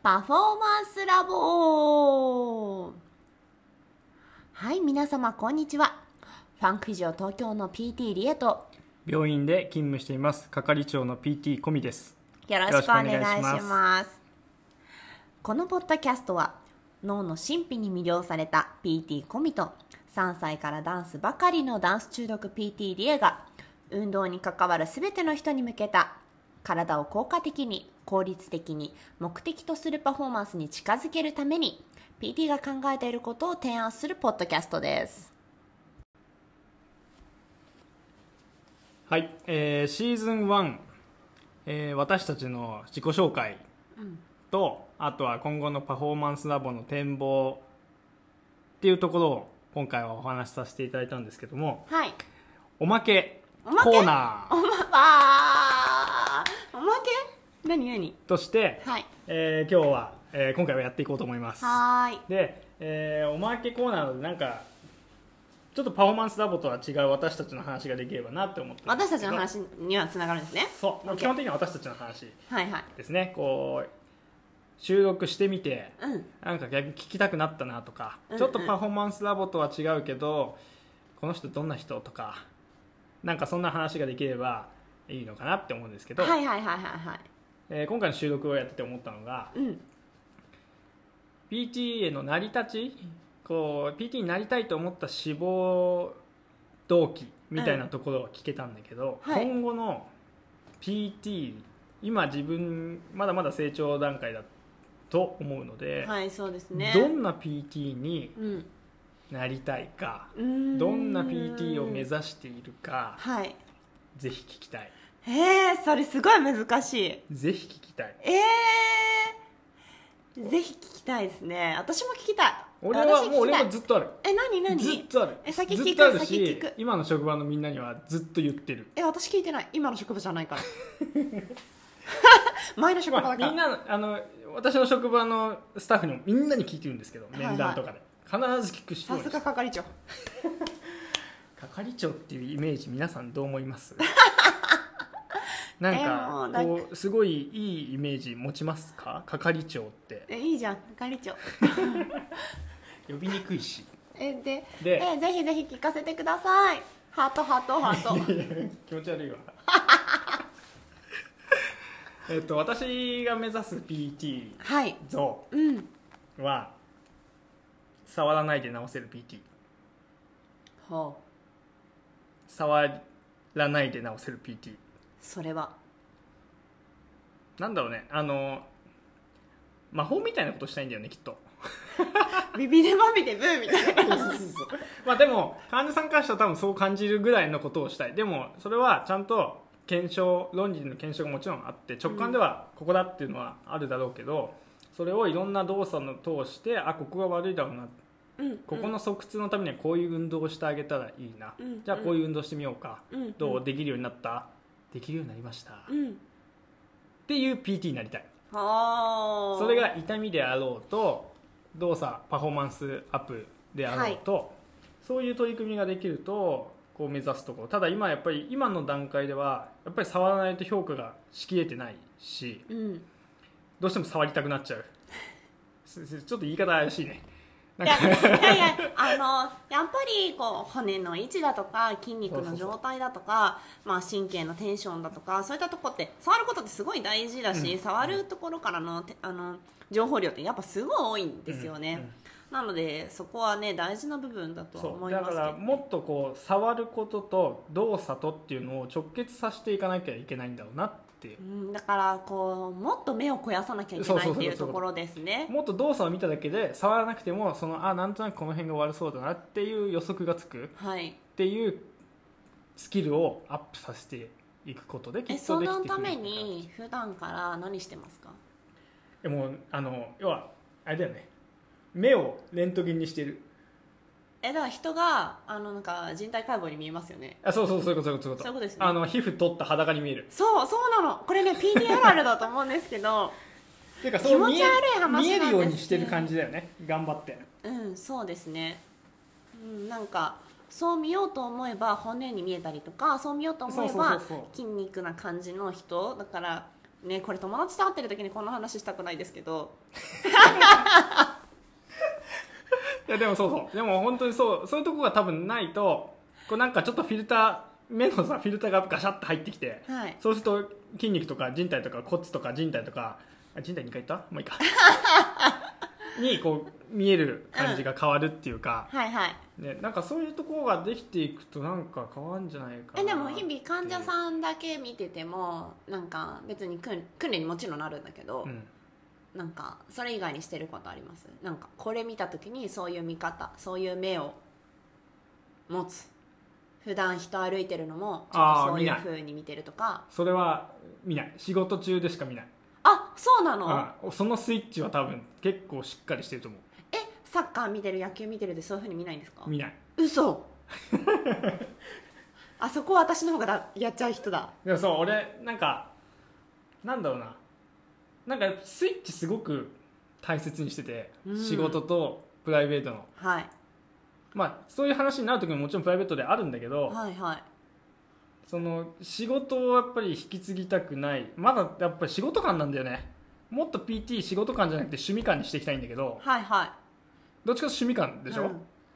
パフォーマンスラボ。はい、皆様こんにちは。ファンク以上東京の PT リエと病院で勤務しています係長の PT コミです。 よろしくお願いします。このポッドキャストは脳の神秘に魅了された PT コミと3歳からダンスばかりのダンス中毒 PT リエが運動に関わるすべての人に向けた体を効果的に効率的に目的とするパフォーマンスに近づけるために PT が考えていることを提案するポッドキャストです。 はい、シーズン1、私たちの自己紹介と、あとは今後のパフォーマンスラボの展望っていうところを今回はお話しさせていただいたんですけども、 はい、 おまけコーナーおまけ何として、 はい、 今日は、今回はやっていこうと思います。 はいで、おまけコーナーでなんかちょっとパフォーマンスラボとは違う私たちの話ができればなって思って私たちの話にはつながるんですね。 そう、基本的には私たちの話ですね。こう収録してみて、なんか逆に聞きたくなったなとか、ちょっとパフォーマンスラボとは違うけどこの人どんな人とか、なんかそんな話ができればいいのかなって思うんですけど、今回の収録をやってて思ったのが、PT への成り立ち、こう PT になりたいと思った志望動機みたいなところは聞けたんだけど、今後の PT、 今自分まだまだ成長段階だと思うので、 そうですね、 どんな PT になりたいか、どんな PT を目指しているか、ぜひ聞きたい。 それすごい難しい。 ぜひ聞きたい。 ぜひ聞きたいですね。私も聞きたい。 俺はずっとある。 何ずっとある。 先聞く。 ずっとあるし、今の職場のみんなにはずっと言ってる。 私聞いてない。今の職場じゃないから前の職場だから、 みんな私の職場のスタッフにもみんなに聞いてるんですけど、面談とかで必ず聞く人。 さすが係長係長っていうイメージ皆さんどう思いますなんかこうすごいいいイメージ持ちますか？係長っていいじゃん、係長呼びにくいし。 ぜひぜひ聞かせてください。ハート気持ち悪いわ私が目指す PT 像は、触らないで治せる PT、触らないで治せる PT。 それはなんだろうね、魔法みたいなことしたいんだよね、きっとビビデバビデブーみたいなまあでも患者さんからしたら多分そう感じるぐらいのことをしたい。でもそれはちゃんと論理の検証がもちろんあって、直感ではここだっていうのはあるだろうけど、それをいろんな動作を通して、ここが悪いだろうな、ここの側痛のためにはこういう運動をしてあげたらいいな、じゃあこういう運動してみようか、どうできるようになった、できるようになりました、っていう PT になりたい。それが痛みであろうと、動作パフォーマンスアップであろうと、そういう取り組みができるとこう目指すところ。ただ今やっぱり今の段階ではやっぱり触らないと評価がしきれてないし、どうしても触りたくなっちゃうちょっと言い方怪しいね。 やっぱりこう骨の位置だとか筋肉の状態だとか、神経のテンションだとか、そういったところって触ることってすごい大事だし、触るところからの情報量ってやっぱすごい多いんですよね。なのでそこはね、大事な部分だとは思いますけど、 だからもっとこう触ることと動作とっていうのを直結させていかなきゃいけないんだろうなっていう、 だからこうもっと目を肥やさなきゃいけないっていうところですね。 もっと動作を見ただけで触らなくても、なんとなくこの辺が悪そうだなっていう予測がつく、っていうスキルをアップさせていくことできっとできてくる。 そのために普段から何してますか？ もう要はあれだよね、目をレントゲンにしてる。 だから人がなんか人体解剖に見えますよね。 そういうこと。 そういうことですね。 皮膚取った裸に見える。 そうなの。これね PD あるあるだと思うんですけどてか気持ち悪い話なんです。 見えるようにしてる感じだよね、頑張って。 そうですね。なんかそう見ようと思えば骨に見えたりとか、そう見ようと思えば筋肉な感じの人だから、 ね、これ友達と会ってる時にこの話したくないですけどいやでもそうでも本当にそういうとこが多分ないとこうなんかちょっと目のさフィルターがガシャッと入ってきて、 はい、 そうすると筋肉とか人体とか骨とか人体とか人体2回言ったもういいかにこう見える感じが変わるっていうか、 はいはい、 ね、なんかそういうところができていくとなんか変わるんじゃないかな。 でも日々患者さんだけ見ててもなんか別に訓練にもちろんなるんだけど、なんかそれ以外にしてることあります？なんかこれ見た時にそういう見方、そういう目を持つ、普段人歩いてるのもちょっとそういう風に見てるとか。 それは見ない、仕事中でしか見ない。 あ、そうなの？ そのスイッチは多分結構しっかりしてると思う。 サッカー見てる、野球見てるでそういう風に見ないんですか？ 見ない。 嘘あそこは私の方がやっちゃう人だ。 でもそう俺なんかなんだろうな、なんかスイッチすごく大切にしてて、仕事とプライベートの、 はい、 まあそういう話になる時ももちろんプライベートであるんだけど、 はいはい、 その仕事をやっぱり引き継ぎたくない、まだやっぱり仕事感なんだよね。もっと PT 仕事感じゃなくて趣味感にしていきたいんだけど、 はいはい、 どっちかというと趣味感でしょ、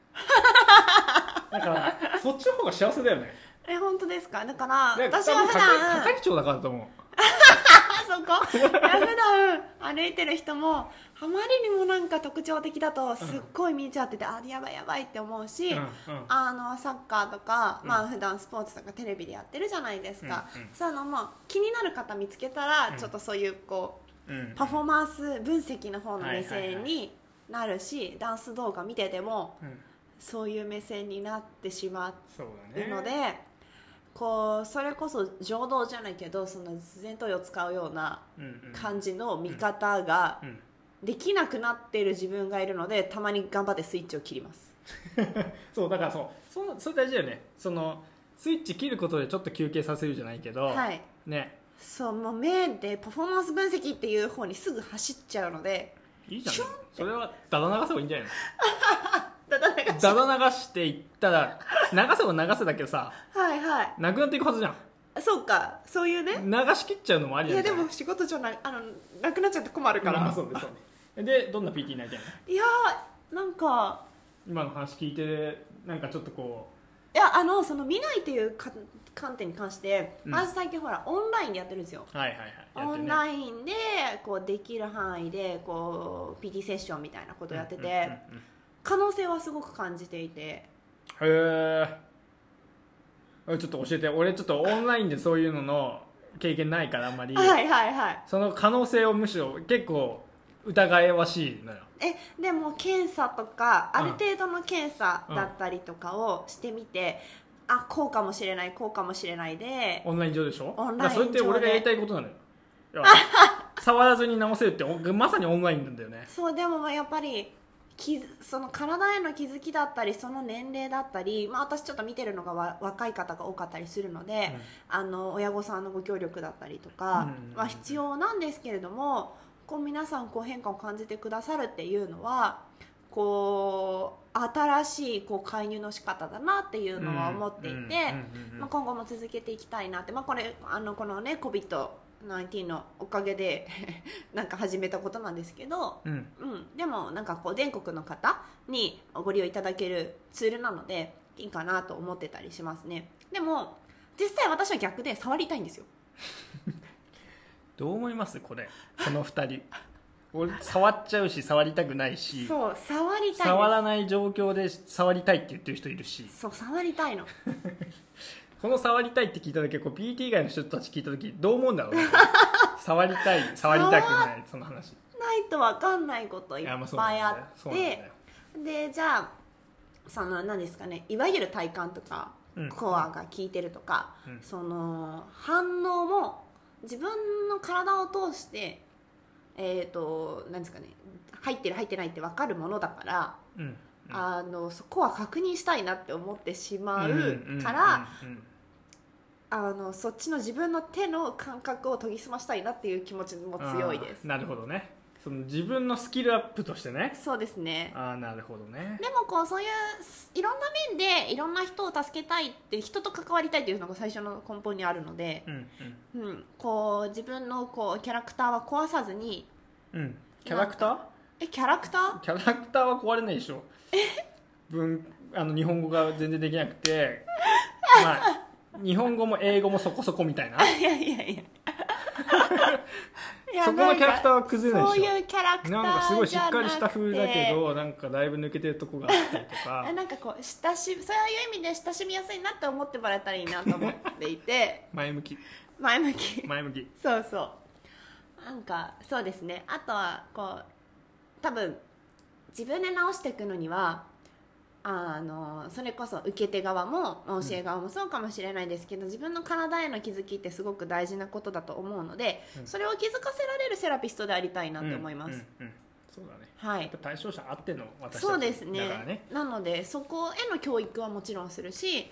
だからそっちの方が幸せだよね。 本当ですか？だから私は普段係長だからと思うそこ普段歩いてる人もあまりにもなんか特徴的だとすっごい見ちゃってて、あやばいやばいって思うし、サッカーとか、まあ普段スポーツとかテレビでやってるじゃないですか、そういうのも気になる方見つけたら、ちょっとそういうこう、パフォーマンス分析の方の目線になるし、ダンス動画見てても、そういう目線になってしまうので、こうそれこそ情動じゃないけどその前頭葉を使うような感じの見方ができなくなっている自分がいるので、たまに頑張ってスイッチを切りますそうだからそれ大事だよね。そのスイッチ切ることでちょっと休憩させるじゃないけど、 はいね、 そうもう目でパフォーマンス分析っていう方にすぐ走っちゃうので、 いいじゃん、それはダダ流せばいいんじゃないのダダ流していったら流せば流せだけどさ、 はいはい、 なくなっていくはずじゃん。 そうか、そういうね、 流し切っちゃうのもありなんじゃない？ いやでも仕事上なくなっちゃって困るから、 まあ、そうねでどんな PT になりたいの？ いやなんか今の話聞いてなんかちょっとこう、いやその見ないっていう観点に関して、私最近ほらオンラインでやってるんですよ。 はいはいはい、 オンラインでこうできる範囲でこう PT セッションみたいなことをやってて、可能性はすごく感じていて。 へえ、ちょっと教えて。俺ちょっとオンラインでそういうのの経験ないからあんまりはいはいはい、 その可能性をむしろ結構疑わしいのよ。 でも検査とかある程度の検査だったりとかをしてみて、こうかもしれないこうかもしれないで、 オンライン上でしょ。 オンライン上でそれって俺がやりたいことなのよ触らずに直せるってまさにオンラインなんだよね。 そう、でもやっぱりその体への気づきだったりその年齢だったり、私ちょっと見てるのが若い方が多かったりするので、親御さんのご協力だったりとかは必要なんですけれども、こう皆さんこう変化を感じてくださるっていうのはこう新しいこう介入の仕方だなっていうのは思っていて、今後も続けていきたいなって、これこのね COVID-19 のおかげでなんか始めたことなんですけど、でもなんかこう全国の方にご利用いただけるツールなのでいいかなと思ってたりしますね。でも実際私は逆で触りたいんですよどう思いますこの2人俺触っちゃうし触りたくないし、 そう触りたい、 触らない状況で触りたいって言ってる人いるし、 そう触りたいのこの触りたいって聞いた時、PT 以外の人たち聞いた時どう思うんだろうね触りたい触りたくない、その話ないと分かんないこといっぱいあって、でじゃあその何ですかね、いわゆる体幹とか、コアが効いてるとか、その反応も自分の体を通して何ですかね、入ってる入ってないって分かるものだから、そこは確認したいなって思ってしまうから、そっちの自分の手の感覚を研ぎ澄ましたいなっていう気持ちも強いです。 なるほどね。 その自分のスキルアップとしてね。 そうですね。 ああ、なるほどね。 でもこうそういういろんな面でいろんな人を助けたいって人と関わりたいっていうのが最初の根本にあるので、こう自分のこうキャラクターは壊さずに、 キャラクター？ キャラクター？ キャラクターは壊れないでしょ。日本語が全然できなくて、まあ日本語も英語もそこそこみたいな。 いやそこのキャラクターは崩れないでしょ。 そういうキャラクターじゃなくて、 なんかすごいしっかりした風だけど、なんかだいぶ抜けてるとこがあったりとか。 なんかこうそういう意味で親しみやすいなって思ってもらえたらいいなと思っていて前向きそうそう、なんかそうですね。あとはこう多分自分で直していくのにはそれこそ受け手側も教え側もそうかもしれないですけど、自分の体への気づきってすごく大事なことだと思うので、それを気づかせられるセラピストでありたいなと思います。 そうだね。 はい。 やっぱ対象者あっての私たちそうですだからね。なのでそこへの教育はもちろんするし、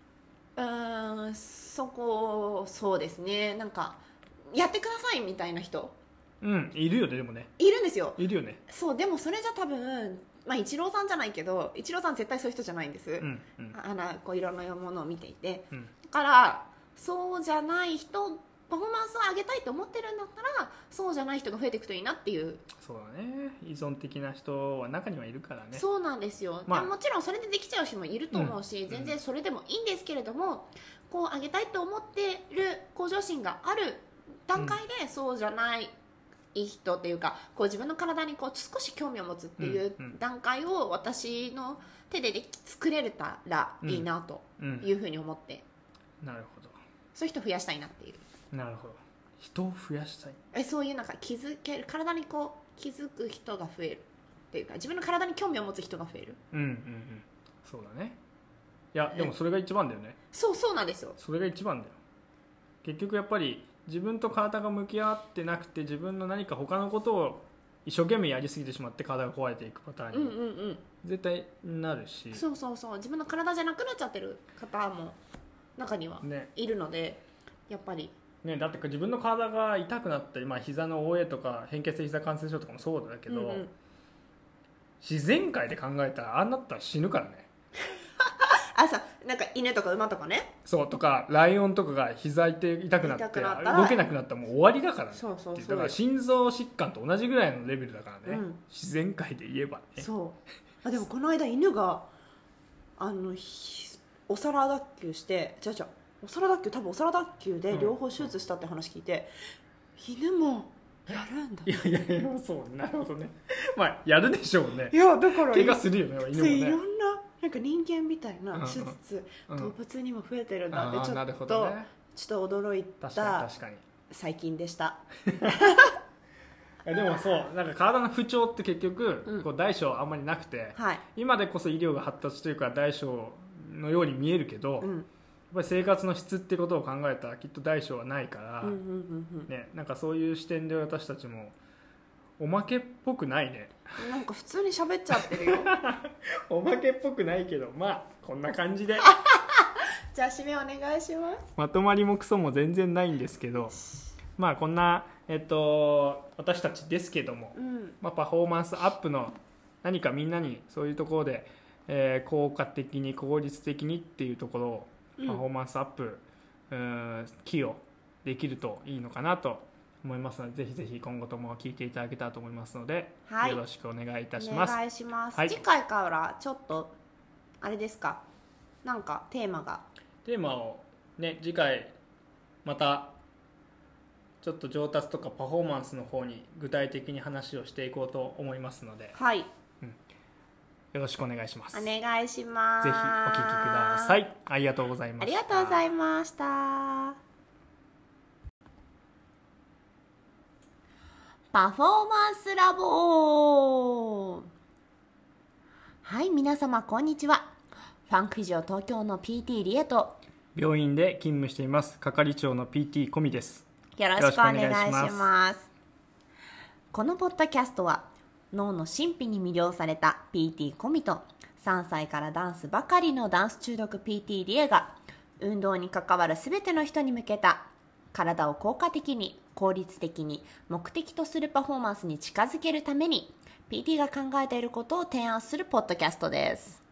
そこそうですね。なんかやってくださいみたいな人、 いるよね。でもね、 いるんですよ。 いるよね。 そう、でもそれじゃ多分イチローさんじゃないけど、イチローさん絶対そういう人じゃないんです。こういろんなものを見ていて、だからそうじゃない人、パフォーマンスを上げたいと思ってるんだったらそうじゃない人が増えていくといいなっていう。 そうだね。依存的な人は中にはいるからね。 そうなんですよ。でもちろんそれでできちゃう人もいると思うし、全然それでもいいんですけれども、こう上げたいと思ってる向上心がある段階で、そうじゃない人っていうか、こう自分の体にこう少し興味を持つっていう段階を私の手で作れたらいいなというふうに思って、 なるほど、 そういう人増やしたいなっていう。 なるほど、人を増やしたい。 そういうなんか気づける、体にこう気づく人が増えるっていうか、自分の体に興味を持つ人が増える。 そうだね。いやでもそれが一番だよね。 そうなんですよ。 それが一番だよ。結局やっぱり自分と体が向き合ってなくて、自分の何か他のことを一生懸命やりすぎてしまって体が壊れていくパターンに絶対なるし、 そう自分の体じゃなくなっちゃってる方も中にはいるので、やっぱりね、だって自分の体が痛くなったり、膝の応援とか変形性膝関節症とかもそうだけど、自然界で考えたらああなったら死ぬからね。 なんか犬とか馬とかね、 そうとかライオンとかが膝痛くなって動けなくなったらもう終わりだからね。だから心臓疾患と同じぐらいのレベルだからね、自然界で言えばね。 でもこの間犬がお皿脱臼してお皿脱臼で両方手術したって話聞いて、犬もやるんだ。 いやそうなるほどね。やるでしょうね。 いやだから怪我するよね、犬もね。 いろんななんか人間みたいな手術、動物にも増えてるんだってちょっと驚いた最近でした。 でもそうなんか体の不調って結局こう大小あんまりなくて、今でこそ医療が発達というか大小のように見えるけど、やっぱり生活の質ってことを考えたらきっと大小はないから、なんかそういう視点で私たちもおまけっぽくないね。 なんか普通に喋っちゃってるよ。 おまけっぽくないけど、こんな感じでじゃあ締めお願いします。 まとまりもクソも全然ないんですけど、こんな、私たちですけども、パフォーマンスアップの何かみんなにそういうところで、効果的に効率的にっていうところをパフォーマンスアップ、寄与できるといいのかなと思いますので、ぜひぜひ今後とも聞いていただけたらと思いますので、よろしくお願いいたします。 お願いします。次回からちょっとあれですか、なんかテーマをね、次回またちょっと上達とかパフォーマンスの方に具体的に話をしていこうと思いますので、よろしくお願いします。 お願いします。 ぜひお聞きください。ありがとうございました。 ありがとうございました。パフォーマンスラボ。はい、皆様こんにちは。ファンク以上東京の PT リエと病院で勤務しています係長の PT コミです。 よろしくお願いします。このポッドキャストは脳の神秘に魅了された PT コミと3歳からダンスばかりのダンス中毒 PT リエが運動に関わるすべての人に向けた体を効果的に効率的に目的とするパフォーマンスに近づけるために PT が考えていることを提案するポッドキャストです。